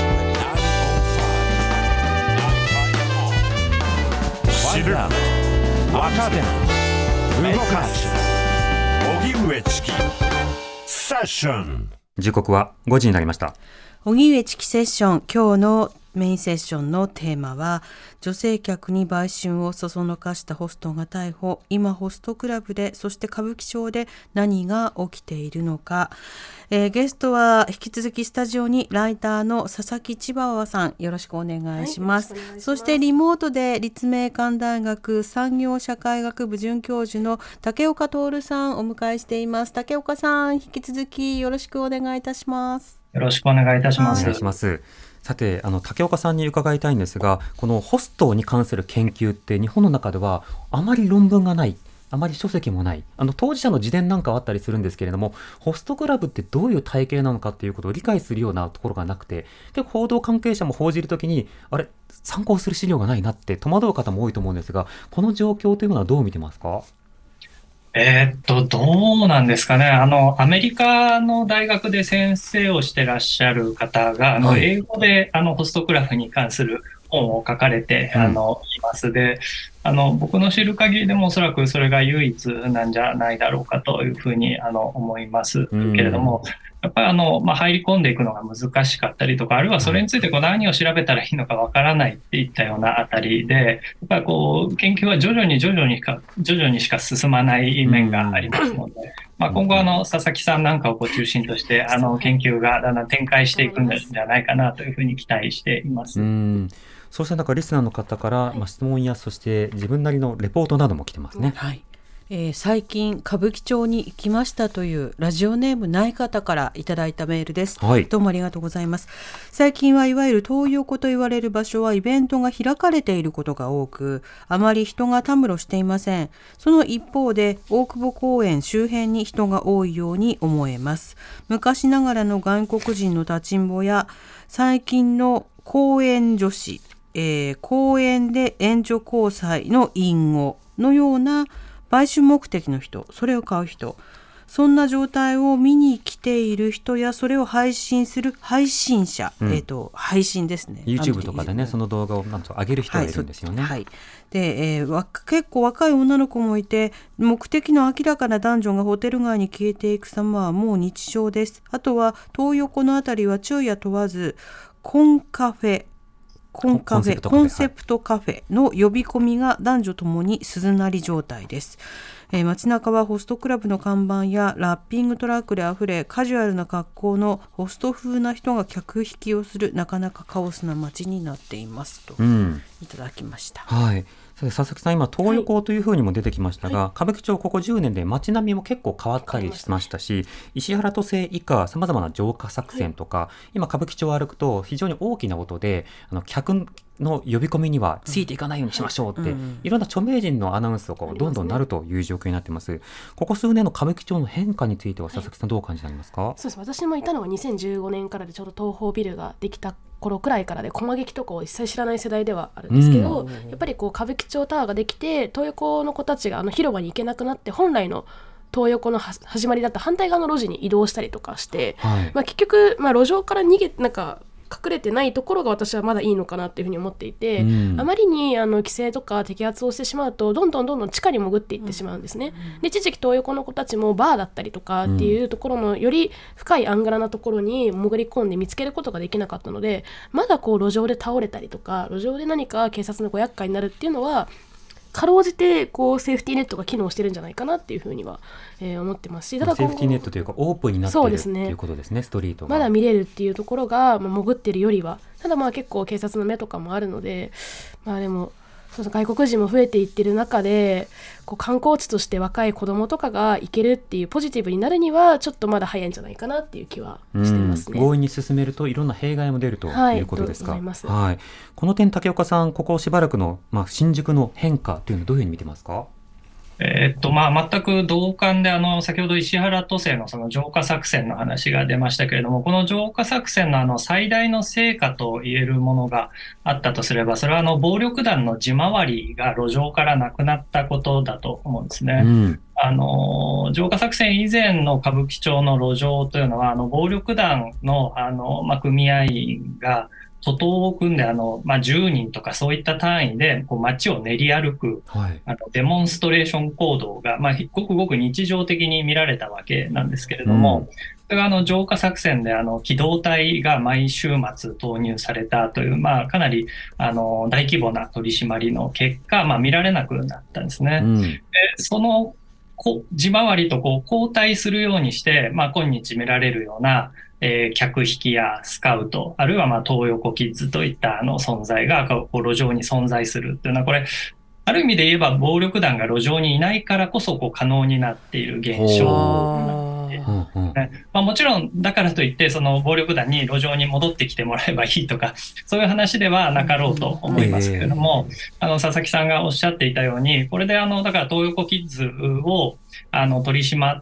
知る、若手、動かす、荻上チキセッション。 時刻はごじになりました。 荻上チキセッション、今日のメインセッションのテーマは、女性客に売春をそそのかしたホストが逮捕、今ホストクラブで、そして歌舞伎町で何が起きているのか。えー、ゲストは引き続きスタジオにライターの佐々木千葉さん、よろしくお願いします。はい、そしてリモートで立命館大学産業社会学部准教授の竹岡徹さんをお迎えしています。竹岡さん、引き続きよろしくお願いいたします。 よろしくお願いいたします。 お願いします。さて、あの竹岡さんに伺いたいんですが、このホストに関する研究って日本の中ではあまり論文がない、あまり書籍もない、あの当事者の自伝なんかはあったりするんですけれども、ホストクラブってどういう体系なのかっていうことを理解するようなところがなくて、結構報道関係者も報じるときにあれ参考する資料がないなって戸惑う方も多いと思うんですが、この状況というのはどう見てますか？ えーっと、どうなんですかね。あの、アメリカの大学で先生をしてらっしゃる方が、あの、 はい、 英語で、あの、ホストクラブに関する本を書かれて、あの、います。で、あの、僕の知る限りでもおそらくそれが唯一なんじゃないだろうかというふうに、あの、思いますけれども、やっぱりあの、まあ、入り込んでいくのが難しかったりとか、あるいはそれについてこう何を調べたらいいのかわからないっていったようなあたりで、やっぱりこう、研究は徐々に徐々にか、徐々にしか進まない面がありますので、まあ、今後あの、佐々木さんなんかをこう中心として、あの、研究がだんだん展開していくんじゃないかなというふうに期待しています。 うん、そうした中、リスナーの方から、はい、まあ、質問や、そして自分なりのレポートなども来てますね。 はい、えー、最近歌舞伎町に行きましたというラジオネームない方からいただいたメールです、はい、どうもありがとうございます。最近はいわゆるトー横と言われる場所はイベントが開かれていることが多く、あまり人がたむろしていません。その一方で大久保公園周辺に人が多いように思えます。昔ながらの外国人の立ちんぼや最近の公園女子、えー、公園で援助交際の隠語のような売春目的の人、それを買う人、そんな状態を見に来ている人やそれを配信する配信者、うん、えーと、配信ですね。 YouTube とかでね、その動画をなんと上げる人がいるんですよね。 はい、はい、で、えー、結構若い女の子もいて、目的の明らかな男女がホテル街に消えていく様はもう日常です。あとは東横のあたりは昼夜問わずコンカフェコンカフェ、コンセプトカフェの呼び込みが男女ともに鈴なり状態です。えー、街中はホストクラブの看板やラッピングトラックであふれ、カジュアルな格好のホスト風な人が客引きをする、なかなかカオスな街になっていますと、うん、いただきました。 はい、佐々木さん、今東横というふうにも出てきましたが、はい、歌舞伎町ここじゅうねんで街並みも結構変わったりしましたし、石原都政以下さまざまな浄化作戦とか、はい、今歌舞伎町を歩くと非常に大きな音であの客の呼び込みにはついていかないようにしましょうって、うん、いろんな著名人のアナウンスがこうどんどんなるという状況になっています。ここ数年の歌舞伎町の変化については佐々木さんどう感じられますか？はい、 そうです。私もいたのがにせんじゅうごねんからで、ちょうど東宝ビルができた頃くらいからで、駒劇とかを一切知らない世代ではあるんですけど、うん、やっぱりこう歌舞伎町タワーができて、東横の子たちがあの広場に行けなくなって、本来の東横の始まりだった反対側の路地に移動したりとかして、はい、まあ、結局、まあ、路上から逃げなんか隠れてないところが私はまだいいのかなっていうふうに思っていて、うん、あまりにあの規制とか摘発をしてしまうとどんどんどんどん地下に潜っていってしまうんですね。で、一時期東横の子たちもバーだったりとかっていうところのより深いアングラなところに潜り込んで見つけることができなかったので、まだこう路上で倒れたりとか路上で何か警察のご厄介になるっていうのはかろうじてこうセーフティーネットが機能してるんじゃないかなっていうふうには、えー、思ってますし、ただセーフティーネットというかオープンになっているっていうことですね。ストリートがまだ見れるっていうところが、まあ、潜ってるよりは、ただまあ結構警察の目とかもあるので、まあでもそうそう、外国人も増えていってる中でこう観光地として若い子どもとかが行けるっていうポジティブになるにはちょっとまだ早いんじゃないかなっていう気はしてますね。 強引に進めるといろんな弊害も出るということですか？はい、と思います。はい、この点竹岡さん、ここしばらくの、まあ、新宿の変化というのはどういうふうに見てますか？ えーっと、まあ、全く同感で、あの、先ほど石原都政のその浄化作戦の話が出ましたけれども、この浄化作戦のあの、最大の成果と言えるものがあったとすれば、それはあの、暴力団の地回りが路上からなくなったことだと思うんですね。うん、あの、浄化作戦以前の歌舞伎町の路上というのは、あの、暴力団の、あの、まあ、組合員が、徒党を組んで、あの、まあ、じゅうにんとかそういった単位で、こう街を練り歩く、はい、あの、デモンストレーション行動が、まあ、ごくごく日常的に見られたわけなんですけれども、うん、それがあの、浄化作戦で、あの、機動隊が毎週末投入されたという、まあ、かなり、あの、大規模な取り締まりの結果、まあ、見られなくなったんですね。うん、でその、こ地回りとこう交代するようにして、まあ、今日見られるような、えー、客引きやスカウト、あるいはまあ東横キッズといったあの存在がこう路上に存在するっていうのは、これ、ある意味で言えば暴力団が路上にいないからこそこう可能になっている現象なんで、ね、まあ、もちろんだからといってその暴力団に路上に戻ってきてもらえばいいとかそういう話ではなかろうと思いますけれども、あの佐々木さんがおっしゃっていたように、これであのだから東横キッズをあの取り締まっ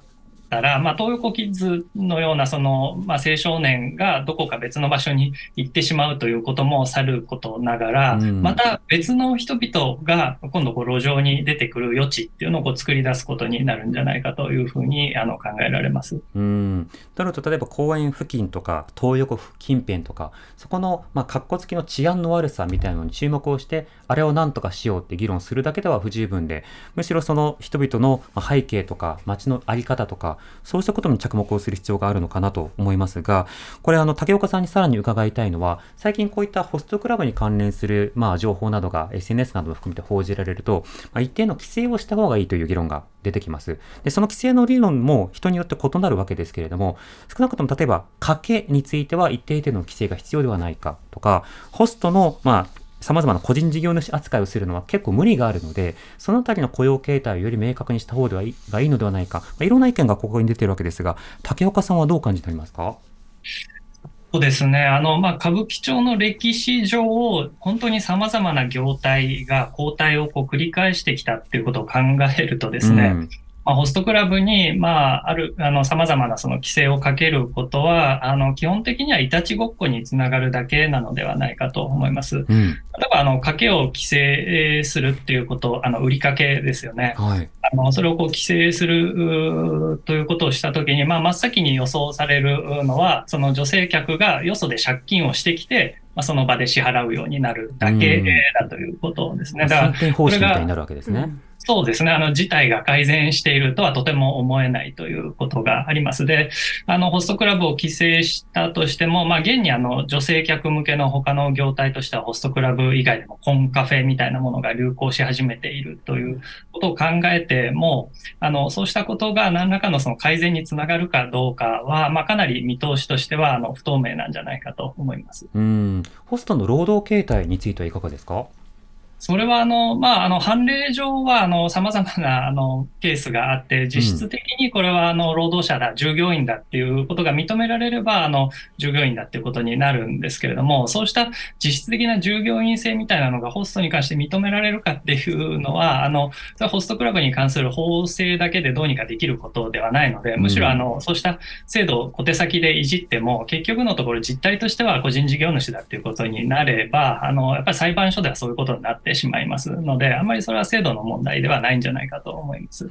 ったら、まあ、東横キッズのようなその、まあ、青少年がどこか別の場所に行ってしまうということもさることながら、うん、また別の人々が今度こう路上に出てくる余地っていうのをこう作り出すことになるんじゃないかというふうにあの考えられます。 うん、なると例えば公園付近とか東横近辺とかそこのまあカッコつきの治安の悪さみたいなのに注目をしてあれを何とかしようって議論するだけでは不十分で、むしろその人々の背景とか街の在り方とかそうしたことに着目をする必要があるのかなと思いますが、これあの竹岡さんにさらに伺いたいのは、最近こういったホストクラブに関連するまあ情報などが エスエヌエス などを含めて報じられると、まあ、一定の規制をした方がいいという議論が出てきます。でその規制の理論も人によって異なるわけですけれども、少なくとも例えば賭けについては一定程度の規制が必要ではないかとか、ホストのまあ様々な個人事業主扱いをするのは結構無理があるので、そのあたりの雇用形態をより明確にした方がいいのではないか、まあ、いろんな意見がここに出ているわけですが、竹岡さんはどう感じておりますか？ そうですね。あの、まあ、歌舞伎町の歴史上、本当に様々な業態が交代をこう繰り返してきたっていうことを考えるとですね、うんまあ、ホストクラブに、まあ、ある、あの、様々なその規制をかけることは、あの、基本的にはいたちごっこにつながるだけなのではないかと思います。うん、例えば、あの、賭けを規制するっていうこと、あの、売り掛けですよね。はい。あの、それをこう規制するということをしたときに、まあ、真っ先に予想されるのは、その女性客がよそで借金をしてきて、まあ、その場で支払うようになるだけだということですね。 だから、先天方式みたいになるわけですね。 うんそうですね。あの、事態が改善しているとはとても思えないということがあります。で、あの、ホストクラブを規制したとしても、まあ、現にあの、女性客向けの他の業態としては、ホストクラブ以外でもコンカフェみたいなものが流行し始めているということを考えても、あの、そうしたことが何らかのその改善につながるかどうかは、まあ、かなり見通しとしては、あの、不透明なんじゃないかと思います。 うん。ホストの労働形態についてはいかがですか？ それは、あの、まあ、あの、判例上は、あの、様々な、あの、ケースがあって、実質的にこれは、あの、労働者だ、従業員だっていうことが認められれば、あの、従業員だっていうことになるんですけれども、そうした実質的な従業員性みたいなのがホストに関して認められるかっていうのは、あの、それはホストクラブに関する法制だけでどうにかできることではないので、むしろ、あの、そうした制度を小手先でいじっても、結局のところ実態としては個人事業主だっていうことになれば、あの、やっぱり裁判所ではそういうことになってしまいますので、あまりそれは制度の問題ではないんじゃないかと思います。 うん、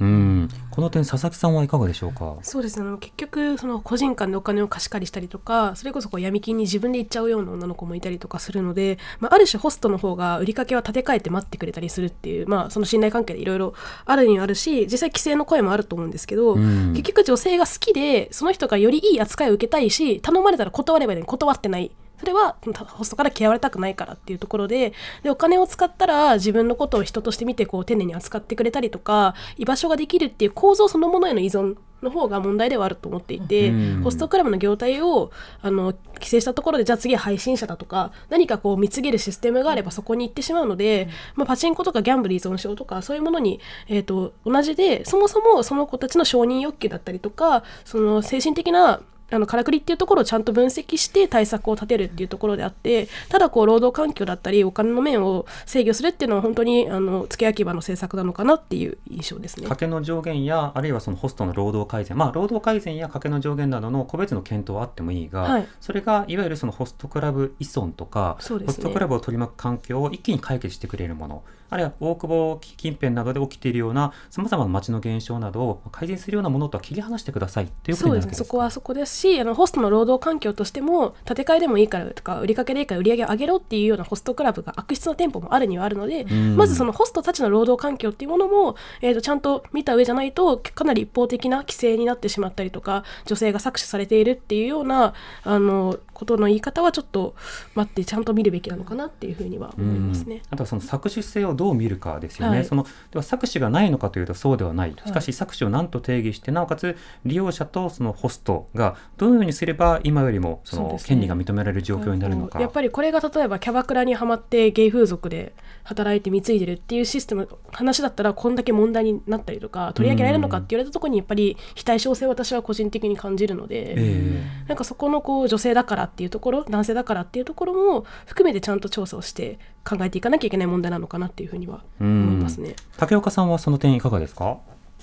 この点佐々木さんはいかがでしょうか？ そうですね、結局その個人間でお金を貸し借りしたりとか、それこそこう闇金に自分で行っちゃうような女の子もいたりとかするので、まあ、ある種ホストの方が売りかけは立て替えて待ってくれたりするっていう、まあ、その信頼関係でいろいろあるにはあるし、実際規制の声もあると思うんですけど、うん、結局女性が好きでその人がよりいい扱いを受けたいし、頼まれたら断ればいいのに断ってない、それはホストから嫌われたくないからっていうところ で, でお金を使ったら自分のことを人として見てこう丁寧に扱ってくれたりとか居場所ができるっていう構造そのものへの依存の方が問題ではあると思っていて、うん、ホストクラブの業態をあの規制したところで、じゃあ次は配信者だとか何かこう見つけるシステムがあればそこに行ってしまうので、うんまあ、パチンコとかギャンブル依存症とかそういうものに、えーと、同じで、そもそもその子たちの承認欲求だったりとか、その精神的なあのからくりっていうところをちゃんと分析して対策を立てるっていうところであって、ただこう労働環境だったりお金の面を制御するっていうのは本当にあの付け焼き場の政策なのかなっていう印象ですね。 賭けの上限やあるいはそのホストの労働改善、まあ労働改善や賭けの上限などの個別の検討はあってもいいが、はい、それがいわゆるそのホストクラブ依存とか、そうですね、ホストクラブを取り巻く環境を一気に解決してくれるもの、あるいは大久保近辺などで起きているようなさまざまな街の現象などを改善するようなものとは切り離してくださいということになるわけですか？ そうですね、そこはそこですし、あのホストの労働環境としても建て替えでもいいからとか売りかけでいいから売り上げを上げろっていうようなホストクラブが悪質な店舗もあるにはあるので、まずそのホストたちの労働環境っていうものも、えーと、ちゃんと見た上じゃないとかなり一方的な規制になってしまったりとか、女性が搾取されているっていうようなあのことの言い方はちょっと待ってちゃんと見るべきなのかなっていうふうには思いますね。 あとはその搾取性をどう見るかですよね。はい、そのでは搾取がないのかというとそうではない。しかし搾取を何と定義して、なおかつ利用者とそのホストがどのようにすれば今よりもその権利が認められる状況になるのか。 やっぱりこれが例えばキャバクラにはまってゲイ風俗で働いて貢いでるっていうシステム話だったらこんだけ問題になったりとか取り上げられるのかって言われたところにやっぱり非対称性を私は個人的に感じるので、えー、なんかそこのこう女性だからっていうところ、男性だからっていうところも含めてちゃんと調査をして考えていかなきゃいけない問題なのかなっていうふうには思いますね。 竹岡さんはその点いかがですか？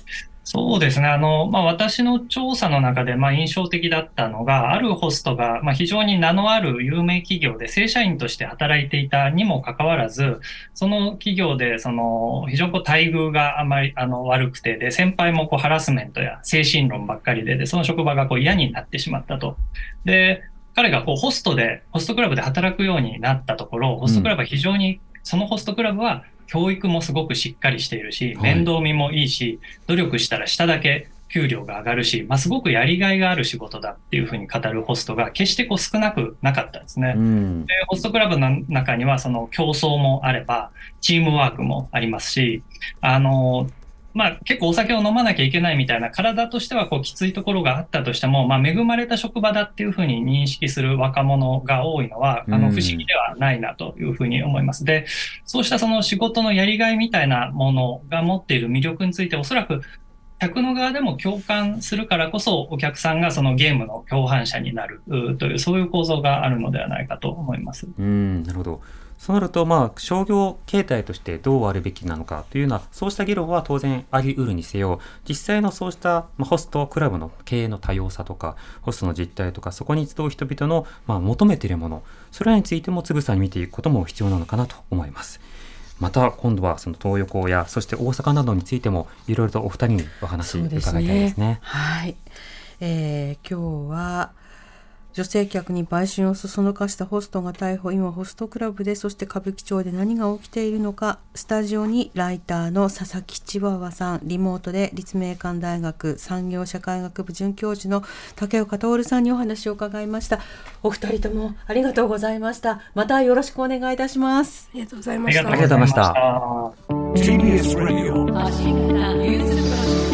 そうですね。あの、まあ、私の調査の中で、まあ、印象的だったのが、あるホストが、まあ、非常に名のある有名企業で正社員として働いていたにもかかわらず、その企業で、その、非常にこう待遇があまり、あの、悪くて、で、先輩もこうハラスメントや精神論ばっかりで、で、その職場がこう嫌になってしまったと。で、彼がこうホストで、ホストクラブで働くようになったところ、ホストクラブは非常に、そのホストクラブは、教育もすごくしっかりしているし、面倒見もいいし、努力したら下だけ給料が上がるし、まあ、すごくやりがいがある仕事だっていうふうに語るホストが決してこう少なくなかったんですね。うん、でホストクラブの中にはその競争もあれば、チームワークもありますし、あの、まあ結構お酒を飲まなきゃいけないみたいな体としてはこうきついところがあったとしても、まあ恵まれた職場だっていうふうに認識する若者が多いのは、あの不思議ではないなというふうに思います。で、そうしたその仕事のやりがいみたいなものが持っている魅力についておそらく客の側でも共感するからこそお客さんがそのゲームの共犯者になるというそういう構造があるのではないかと思います。 うん、なるほど。そうなると、まあ、商業形態としてどうあるべきなのかというような、そうした議論は当然あり得るにせよ、実際のそうした、まあ、ホストクラブの経営の多様さとか、ホストの実態とか、そこに集う人々の、まあ、求めているもの、それらについてもつぶさに見ていくことも必要なのかなと思います。また今度はその東横や、そして大阪などについてもいろいろとお二人にお話伺いたいですね。 はい、えー、今日は女性客に売春をそそのかしたホストが逮捕、今ホストクラブで、そして歌舞伎町で何が起きているのか、スタジオにライターの佐々木千葉さん、リモートで立命館大学産業社会学部准教授の竹岡徹さんにお話を伺いました。お二人ともありがとうございました。またよろしくお願いいたします。 ありがとうございました。 ありがとうございました。 ティービーエス Radio